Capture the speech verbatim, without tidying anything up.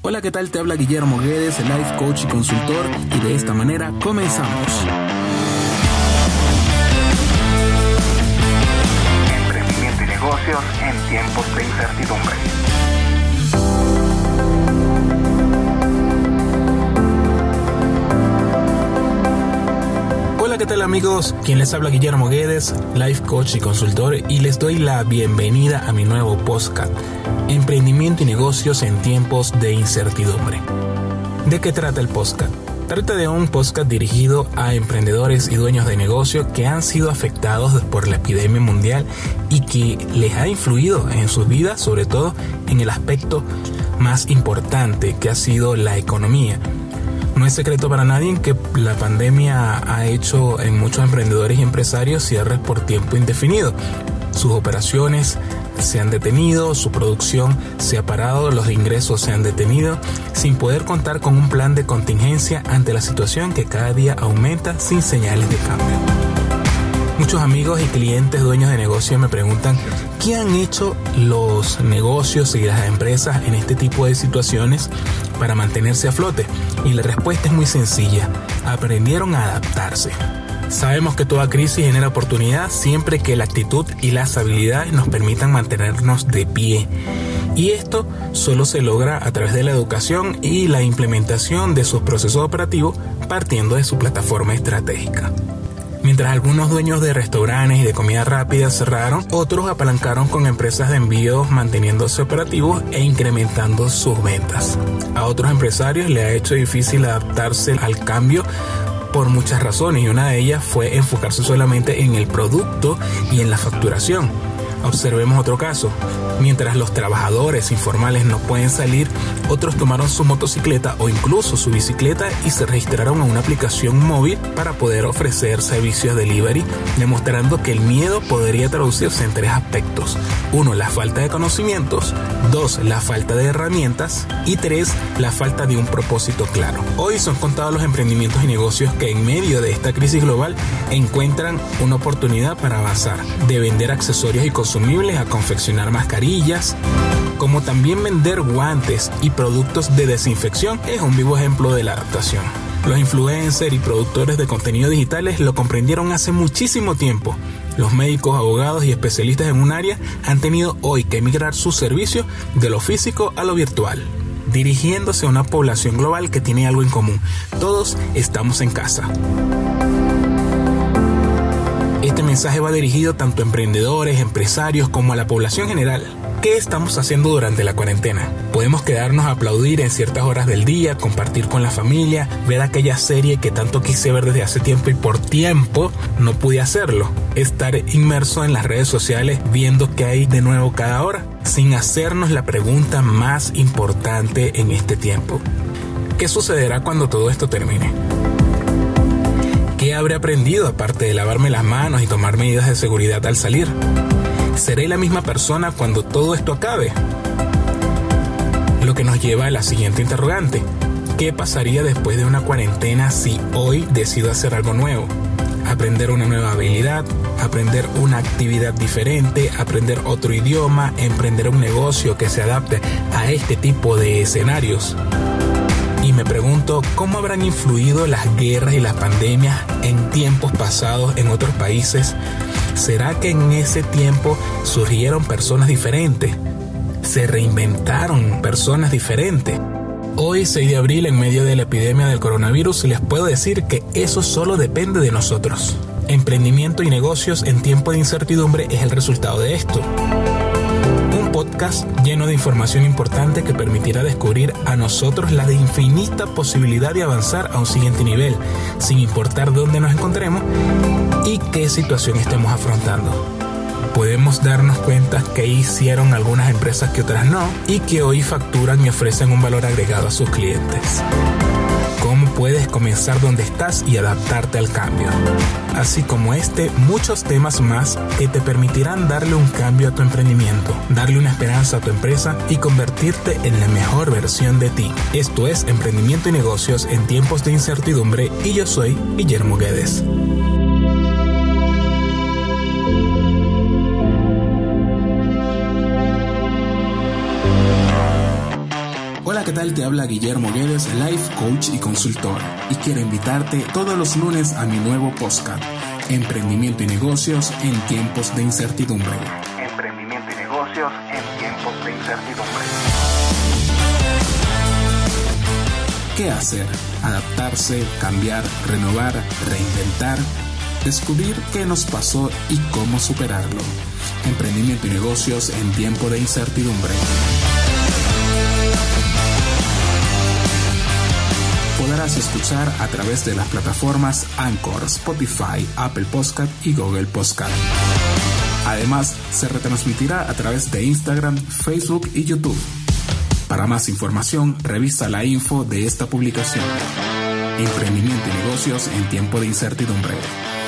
Hola, ¿qué tal? Te habla Guillermo Guedes, life coach y consultor, y de esta manera comenzamos. Emprendimiento y negocios en tiempos de incertidumbre. Hola, ¿qué tal amigos? Quien les habla Guillermo Guedes, life coach y consultor, y les doy la bienvenida a mi nuevo podcast, Emprendimiento y negocios en tiempos de incertidumbre. ¿De qué trata el podcast? Trata de un podcast dirigido a emprendedores y dueños de negocio que han sido afectados por la epidemia mundial y que les ha influido en sus vidas, sobre todo en el aspecto más importante que ha sido la economía. No es secreto para nadie que la pandemia ha hecho en muchos emprendedores y empresarios cierres por tiempo indefinido. Sus operaciones se han detenido, su producción se ha parado, los ingresos se han detenido, sin poder contar con un plan de contingencia ante la situación que cada día aumenta sin señales de cambio. Muchos amigos y clientes dueños de negocio me preguntan ¿qué han hecho los negocios y las empresas en este tipo de situaciones para mantenerse a flote? Y la respuesta es muy sencilla: aprendieron a adaptarse. Sabemos que toda crisis genera oportunidad siempre que la actitud y las habilidades nos permitan mantenernos de pie. Y esto solo se logra a través de la educación y la implementación de sus procesos operativos partiendo de su plataforma estratégica. Mientras algunos dueños de restaurantes y de comida rápida cerraron, otros apalancaron con empresas de envíos manteniéndose operativos e incrementando sus ventas. A otros empresarios les ha hecho difícil adaptarse al cambio por muchas razones, y una de ellas fue enfocarse solamente en el producto y en la facturación. Observemos otro caso. Mientras los trabajadores informales no pueden salir, otros tomaron su motocicleta o incluso su bicicleta y se registraron en una aplicación móvil para poder ofrecer servicios delivery, demostrando que el miedo podría traducirse en tres aspectos. Uno, la falta de conocimientos. Dos, la falta de herramientas. Y tres, la falta de un propósito claro. Hoy son contados los emprendimientos y negocios que en medio de esta crisis global encuentran una oportunidad para avanzar, de vender accesorios y consumibles a confeccionar mascarillas, como también vender guantes y productos de desinfección. Es un vivo ejemplo de la adaptación. Los influencers y productores de contenido digitales lo comprendieron hace muchísimo tiempo. Los médicos, abogados y especialistas en un área han tenido hoy que migrar sus servicios de lo físico a lo virtual, dirigiéndose a una población global que tiene algo en común: todos estamos en casa. Este mensaje va dirigido tanto a emprendedores, empresarios como a la población general. ¿Qué estamos haciendo durante la cuarentena? Podemos quedarnos a aplaudir en ciertas horas del día, compartir con la familia, ver aquella serie que tanto quise ver desde hace tiempo y por tiempo no pude hacerlo. Estar inmerso en las redes sociales viendo qué hay de nuevo cada hora, sin hacernos la pregunta más importante en este tiempo: ¿qué sucederá cuando todo esto termine? ¿Qué habré aprendido aparte de lavarme las manos y tomar medidas de seguridad al salir? ¿Seré la misma persona cuando todo esto acabe? Lo que nos lleva a la siguiente interrogante: ¿qué pasaría después de una cuarentena si hoy decido hacer algo nuevo? Aprender una nueva habilidad, aprender una actividad diferente, aprender otro idioma, emprender un negocio que se adapte a este tipo de escenarios. Y me pregunto, ¿cómo habrán influido las guerras y las pandemias en tiempos pasados en otros países? ¿Será que en ese tiempo surgieron personas diferentes? ¿Se reinventaron personas diferentes? Hoy, seis de abril, en medio de la epidemia del coronavirus, les puedo decir que eso solo depende de nosotros. Emprendimiento y negocios en tiempo de incertidumbre es el resultado de esto. Podcast lleno de información importante que permitirá descubrir a nosotros la de infinita posibilidad de avanzar a un siguiente nivel, sin importar dónde nos encontremos y qué situación estemos afrontando. Podemos darnos cuenta que hicieron algunas empresas que otras no, y que hoy facturan y ofrecen un valor agregado a sus clientes. ¿Cómo puedes comenzar donde estás y adaptarte al cambio? Así como este, muchos temas más que te permitirán darle un cambio a tu emprendimiento, darle una esperanza a tu empresa y convertirte en la mejor versión de ti. Esto es Emprendimiento y Negocios en tiempos de incertidumbre, y yo soy Guillermo Guedes. Hola, ¿qué tal? Te habla Guillermo Guedes, Life Coach y consultor, y quiero invitarte todos los lunes a mi nuevo podcast, Emprendimiento y Negocios en Tiempos de Incertidumbre. Emprendimiento y negocios en tiempos de incertidumbre. ¿Qué hacer? Adaptarse, cambiar, renovar, reinventar, descubrir qué nos pasó y cómo superarlo. Emprendimiento y negocios en tiempo de incertidumbre. Podrás escuchar a través de las plataformas Anchor, Spotify, Apple Podcast y Google Podcast. Además, se retransmitirá a través de Instagram, Facebook y YouTube. Para más información, revisa la info de esta publicación. Emprendimiento y negocios en tiempo de incertidumbre.